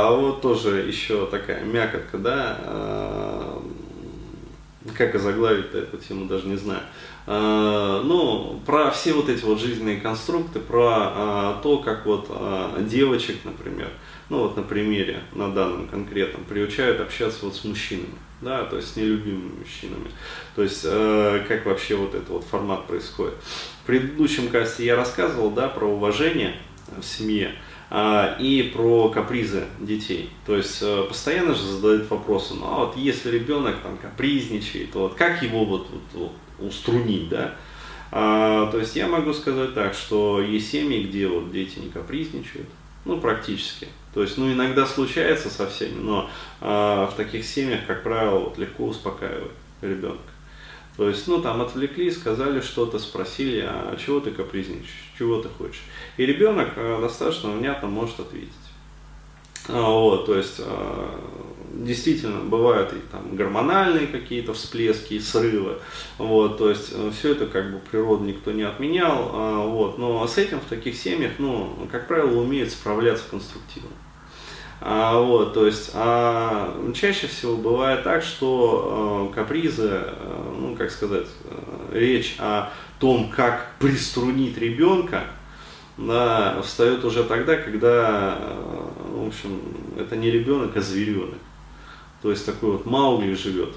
А вот тоже еще такая мякотка, да, как озаглавить-то эту тему, даже не знаю. Ну, про все вот эти вот жизненные конструкты, про то, как вот девочек, например, ну вот на примере, на данном конкретном, приучают общаться вот с мужчинами, да, то есть с нелюбимыми мужчинами. То есть, как вообще вот этот вот формат происходит. В предыдущем касте я рассказывал, да, про уважение в семье и про капризы детей. То есть постоянно же задают вопросы, ну а вот если ребенок там капризничает, то вот как его вот уструнить, да? То есть я могу сказать так, что есть семьи, где вот дети не капризничают, ну практически. То есть, ну иногда случается со всеми, но в таких семьях, как правило, вот, легко успокаивать ребенка. То есть, ну там отвлекли, сказали что-то, спросили, а чего ты капризничаешь, чего ты хочешь. И ребенок достаточно внятно может ответить. Вот, то есть, действительно, бывают и там гормональные какие-то всплески, срывы, вот, то есть, все это как бы природу никто не отменял, вот, но с этим в таких семьях, ну, как правило, умеют справляться конструктивно. Вот, то есть, чаще всего бывает так, что капризы, ну, как сказать, речь о том, как приструнить ребенка, да, встает уже тогда, когда, в общем, это не ребенок, а зверенок. То есть такой вот Маугли живет,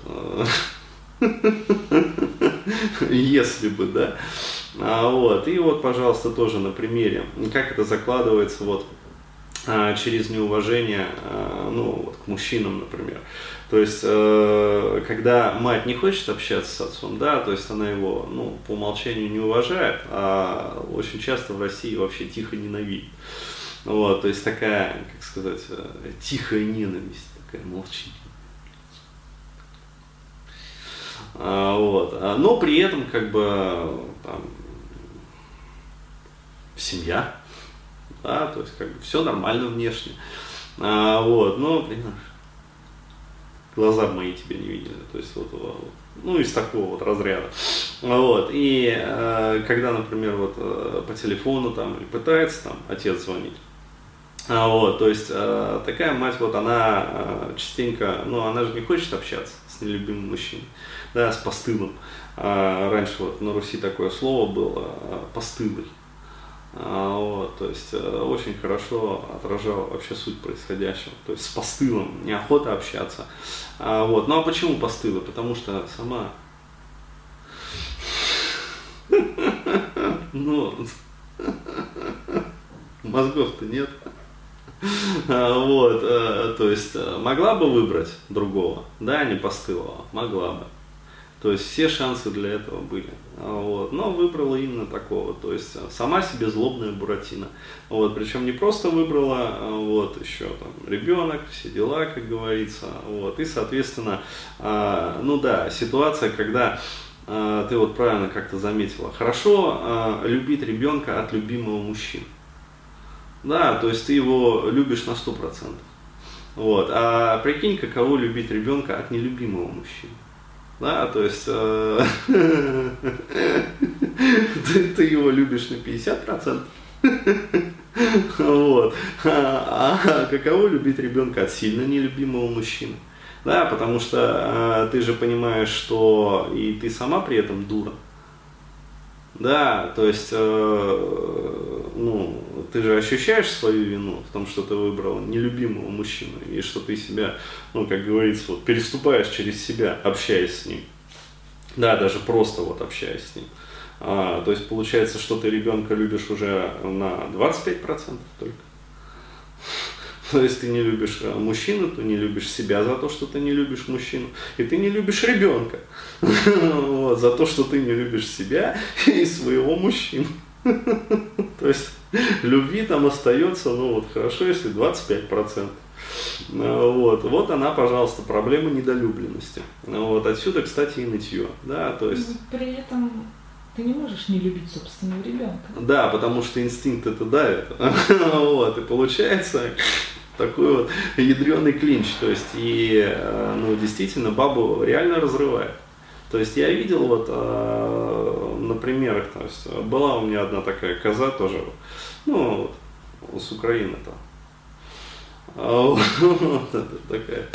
если бы, да. Вот. И вот, пожалуйста, тоже на примере, как это закладывается вот через неуважение, ну, вот, к мужчинам, например. То есть, когда мать не хочет общаться с отцом, да, то есть она его, ну, по умолчанию не уважает, а очень часто в России вообще тихо ненавидит. Вот, то есть такая, как сказать, тихая ненависть, такая молчаливая. Вот. Но при этом, как бы, там, семья, да, то есть как бы все нормально внешне, вот, но, понимаешь, глаза мои тебя не видели, то есть вот, ну, из такого вот разряда, вот, и когда, например, вот по телефону там или пытается там отец звонить, вот, то есть такая мать, вот она частенько, ну, она же не хочет общаться с нелюбимым мужчиной, да, с постылым, раньше вот на Руси такое слово было, постылый. Вот, то есть очень хорошо отражал вообще суть происходящего. То есть с постылом неохота общаться. Вот. Ну а почему постылы? Потому что сама ну, мозгов-то нет. Вот, то есть могла бы выбрать другого, да, не постылого, могла бы. То есть все шансы для этого были. Вот. Но выбрала именно такого. То есть сама себе злобная Буратино. Вот. Причем не просто выбрала, вот, еще там ребенок, все дела, как говорится. Вот. И, соответственно, ну да, ситуация, когда ты вот правильно как-то заметила, хорошо любить ребенка от любимого мужчины. Да, то есть ты его любишь на 100%. Вот. А прикинь, каково любить ребенка от нелюбимого мужчины. Да, то есть ты его любишь на 50%. Вот. А каково любить ребенка от сильно нелюбимого мужчины? Да, потому что ты же понимаешь, что и ты сама при этом дура. Да, то есть, ну, ты же ощущаешь свою вину в том, что ты выбрал нелюбимого мужчину, и что ты себя, ну, как говорится, вот, переступаешь через себя, общаясь с ним. Да, даже просто вот общаясь с ним. То есть, получается, что ты ребенка любишь уже на 25% только. То есть ты не любишь мужчину, ты не любишь себя за то, что ты не любишь мужчину, и ты не любишь ребенка вот, за то, что ты не любишь себя и своего мужчину. То есть любви там остается, ну вот хорошо, если 25%. Вот она, пожалуйста, проблема недолюбленности. Вот отсюда, кстати, и нытье. Да, то есть... При этом ты не можешь не любить собственного ребенка. Да, потому что инстинкт это давит. Вот, и получается такой вот ядреный клинч. То есть, и, ну, действительно, бабу реально разрывает. То есть, я видел вот на примерах, то есть, была у меня одна такая коза тоже, ну, вот, с Украины-то. Вот это такая.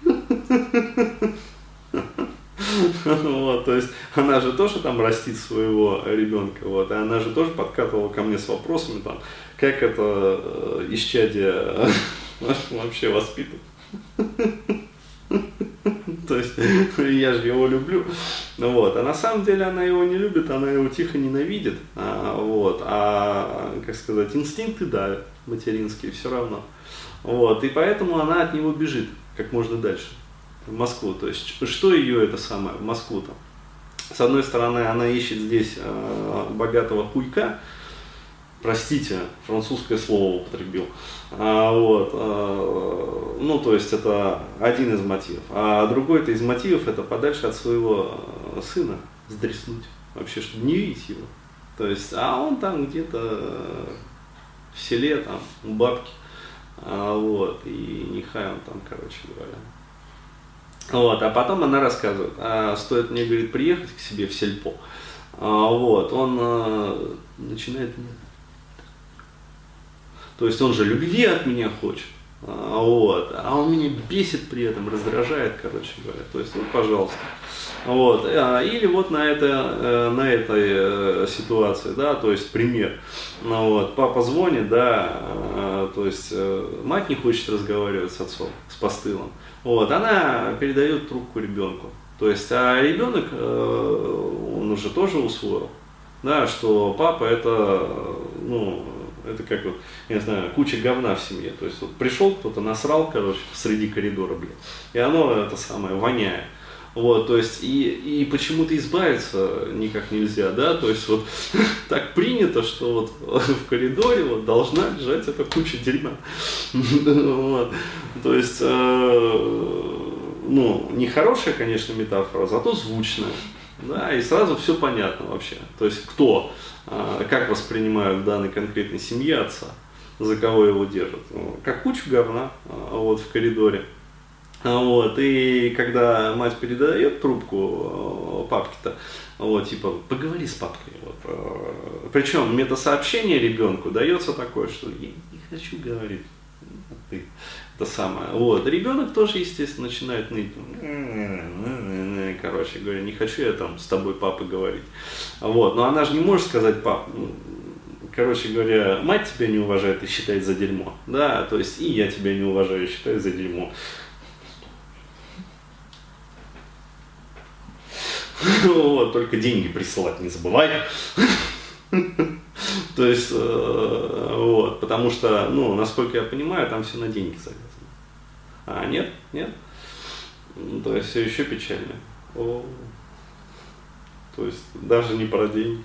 Вот, то есть она же тоже там растит своего ребенка, вот, и она же тоже подкатывала ко мне с вопросами, там, как это исчадие вообще воспитывать. То есть я же его люблю, вот, а на самом деле она его не любит, она его тихо ненавидит, вот, как сказать, инстинкты давят материнские все равно, вот, и поэтому она от него бежит как можно дальше в Москву. То есть что ее это самое в Москву-то? С одной стороны, она ищет здесь богатого хуйка, простите, французское слово употребил. Вот, ну, то есть это один из мотивов. А другой-то из мотивов это подальше от своего сына сдреснуть, вообще, чтобы не видеть его. То есть, а он там где-то в селе, там, у бабки, вот, и нехай он там, короче говоря. Вот, а потом она рассказывает, стоит мне, говорит, приехать к себе в сельпо, вот, он начинает мне, то есть он же любви от меня хочет, вот, а он меня бесит при этом, раздражает, короче говоря, то есть, вот, пожалуйста, вот, или вот на этой ситуации, да, то есть пример, вот, папа звонит, да, то есть мать не хочет разговаривать с отцом, с постылом. Вот, она передает трубку ребенку. То есть, а ребенок, он уже тоже усвоил, да, что папа это, ну, это как вот, я не знаю, куча говна в семье. То есть, вот пришел кто-то, насрал, короче, посреди коридора, блин, и оно это самое воняет. Вот, то есть, и почему-то избавиться никак нельзя, да, то есть, вот так принято, что вот в коридоре вот должна лежать эта куча дерьма. Вот. То есть, ну, нехорошая, конечно, метафора, зато звучная, да, и сразу все понятно вообще. То есть, кто, как воспринимают в данной конкретной семье отца, за кого его держат, как кучу говна, вот, в коридоре. Вот, и когда мать передает трубку папке-то, вот, типа, поговори с папкой. Вот, причем метасообщение ребенку дается такое, что я не хочу говорить, ты, это самое. Вот, ребенок тоже, естественно, начинает ныть. Короче говоря, не хочу я там с тобой, папа, говорить. Вот, но она же не может сказать, пап, короче говоря, мать тебя не уважает и считает за дерьмо. Да, то есть и я тебя не уважаю и считаю за дерьмо. Вот, только деньги присылать не забывай. То есть, вот, потому что, ну, насколько я понимаю, там все на деньги завязано. А нет, нет. То есть все еще печально. То есть даже не про деньги.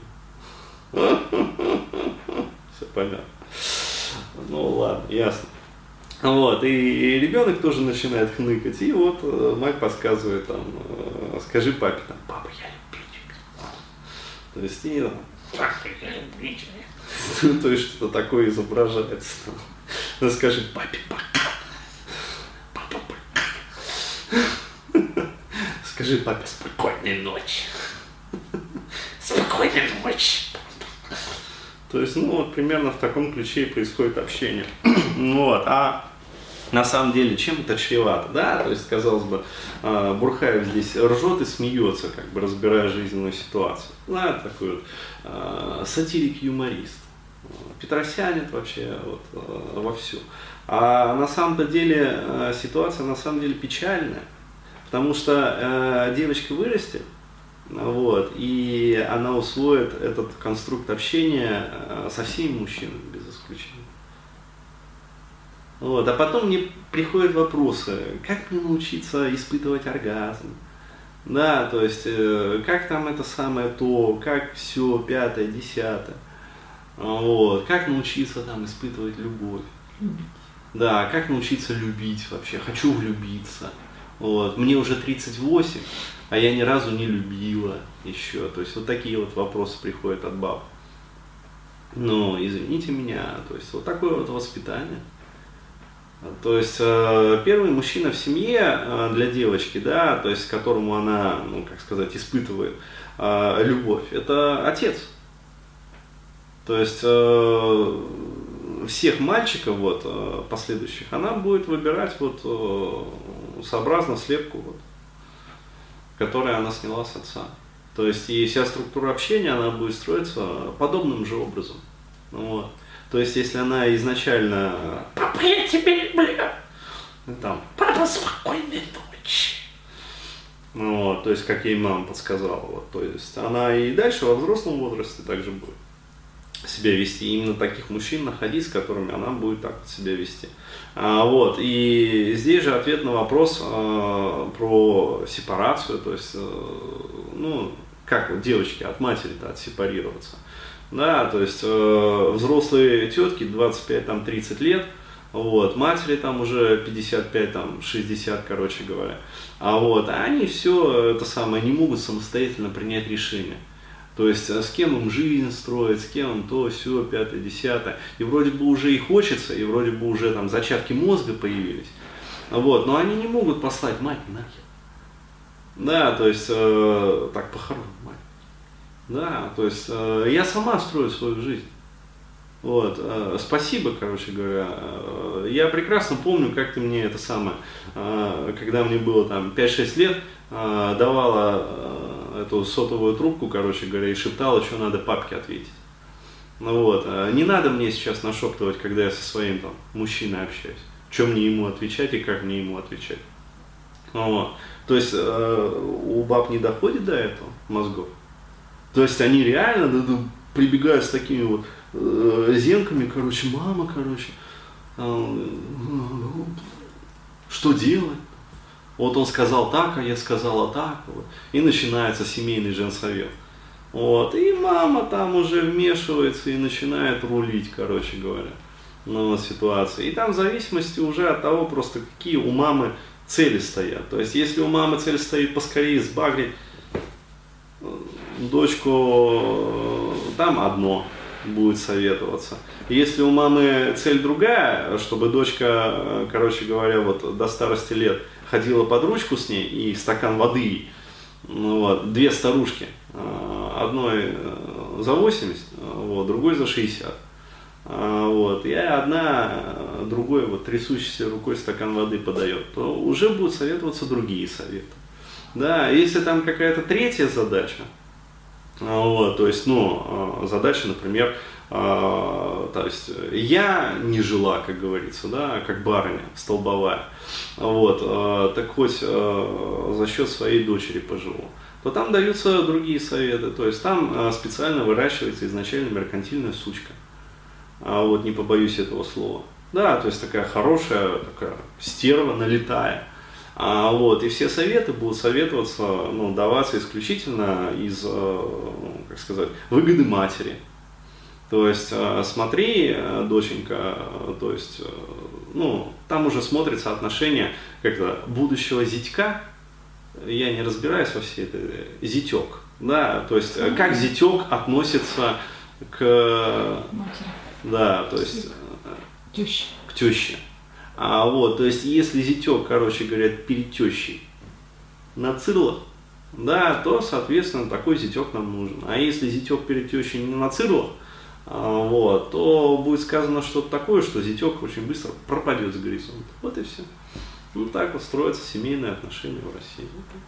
Все понятно. Ну ладно, ясно. Вот, и ребенок тоже начинает хныкать, и вот мать подсказывает там, скажи папе, там, папа, я люблю тебя. То есть, и папа, я люблю тебя. То есть, что-то такое изображается. Ну, скажи папе пока. Папа пока. Скажи папе спокойной ночи. Спокойной ночи. То есть, ну, вот примерно в таком ключе и происходит общение. Вот, а на самом деле, чем это чревато, да, то есть, казалось бы, Бурхаев здесь ржет и смеется, как бы разбирая жизненную ситуацию. Да, такой вот сатирик-юморист. Петросянет вообще вот, вовсю. А на самом-то деле ситуация на самом деле печальная, потому что девочка вырастет, вот, и она усвоит этот конструкт общения со всеми мужчинами, без исключения. Вот, а потом мне приходят вопросы, как мне научиться испытывать оргазм, да, то есть, как там это самое то, как все, пятое, десятое, вот, как научиться там испытывать любовь, да, как научиться любить вообще, хочу влюбиться, вот, мне уже 38, а я ни разу не любила еще. То есть вот такие вот вопросы приходят от баб. Ну, извините меня, то есть вот такое вот воспитание. То есть первый мужчина в семье для девочки, да, то есть к которому она, ну, как сказать, испытывает любовь, это отец. То есть всех мальчиков вот, последующих, она будет выбирать вот, сообразно слепку, вот, которую она сняла с отца. То есть и вся структура общения, она будет строиться подобным же образом. Вот. То есть если она изначально «Папа, я тебя люблю!» там «Папа, спокойной ночи!» Вот, то есть как ей мама подсказала. Вот, то есть она и дальше во взрослом возрасте также будет себя вести. Именно таких мужчин находить, с которыми она будет так вот себя вести. Вот. И здесь же ответ на вопрос про сепарацию. То есть, ну, как вот девочки от матери-то отсепарироваться. Да, то есть взрослые тетки 25-30 лет, вот, матери там уже 55-60, короче говоря. Вот, а они все это самое не могут самостоятельно принять решение. То есть с кем им жизнь строить, с кем им то, сё, пятое, десятое. И вроде бы уже и хочется, и вроде бы уже там зачатки мозга появились. Вот, но они не могут послать мать нахер. Да, то есть так похороним мать. Да, то есть я сама строю свою жизнь. Вот, спасибо, короче говоря. Я прекрасно помню, как ты мне это самое, когда мне было там 5-6 лет, давала эту сотовую трубку, короче говоря, и шептала, что надо папке ответить. Ну вот, не надо мне сейчас нашептывать, когда я со своим там мужчиной общаюсь, что мне ему отвечать и как мне ему отвечать. Вот. То есть у баб не доходит до этого мозгов. То есть они реально прибегают с такими вот зенками, короче, мама, короче, что делать? Вот он сказал так, а я сказала так, вот. И начинается семейный женсовет. Вот. И мама там уже вмешивается и начинает рулить, короче говоря, на ситуации. И там в зависимости уже от того, просто какие у мамы цели стоят. То есть, если у мамы цель стоит поскорее сбагрить дочку, там одно будет советоваться. Если у мамы цель другая, чтобы дочка, короче говоря, вот до старости лет ходила под ручку с ней и стакан воды, ну, вот, две старушки, одной за 80, вот, другой за 60. Вот, и одна другой вот трясущейся рукой стакан воды подает, то уже будут советоваться другие советы. Да, если там какая-то третья задача, вот, то есть, ну, задача, например, то есть я не жила, как говорится, да, как барыня столбовая, вот, так хоть за счет своей дочери поживу, то там даются другие советы, то есть там специально выращивается изначально меркантильная сучка, вот, не побоюсь этого слова, да, то есть такая хорошая, такая стерва налетая. Вот, и все советы будут советоваться, ну, даваться исключительно из, как сказать, выгоды матери. То есть, смотри, доченька, то есть, ну, там уже смотрится отношение как-то будущего зятька, я не разбираюсь во всей этой, зятек, да, то есть, как зятек относится к матери, да, то есть, к теще. Вот, то есть, если зятек, короче говоря, перед тещей на цирлах, да, то, соответственно, такой зятек нам нужен. А если зятек перед тещей не на цирлах, вот, то будет сказано что-то такое, что зятек очень быстро пропадет с горизонта. Вот и все. Ну так вот строятся семейные отношения в России.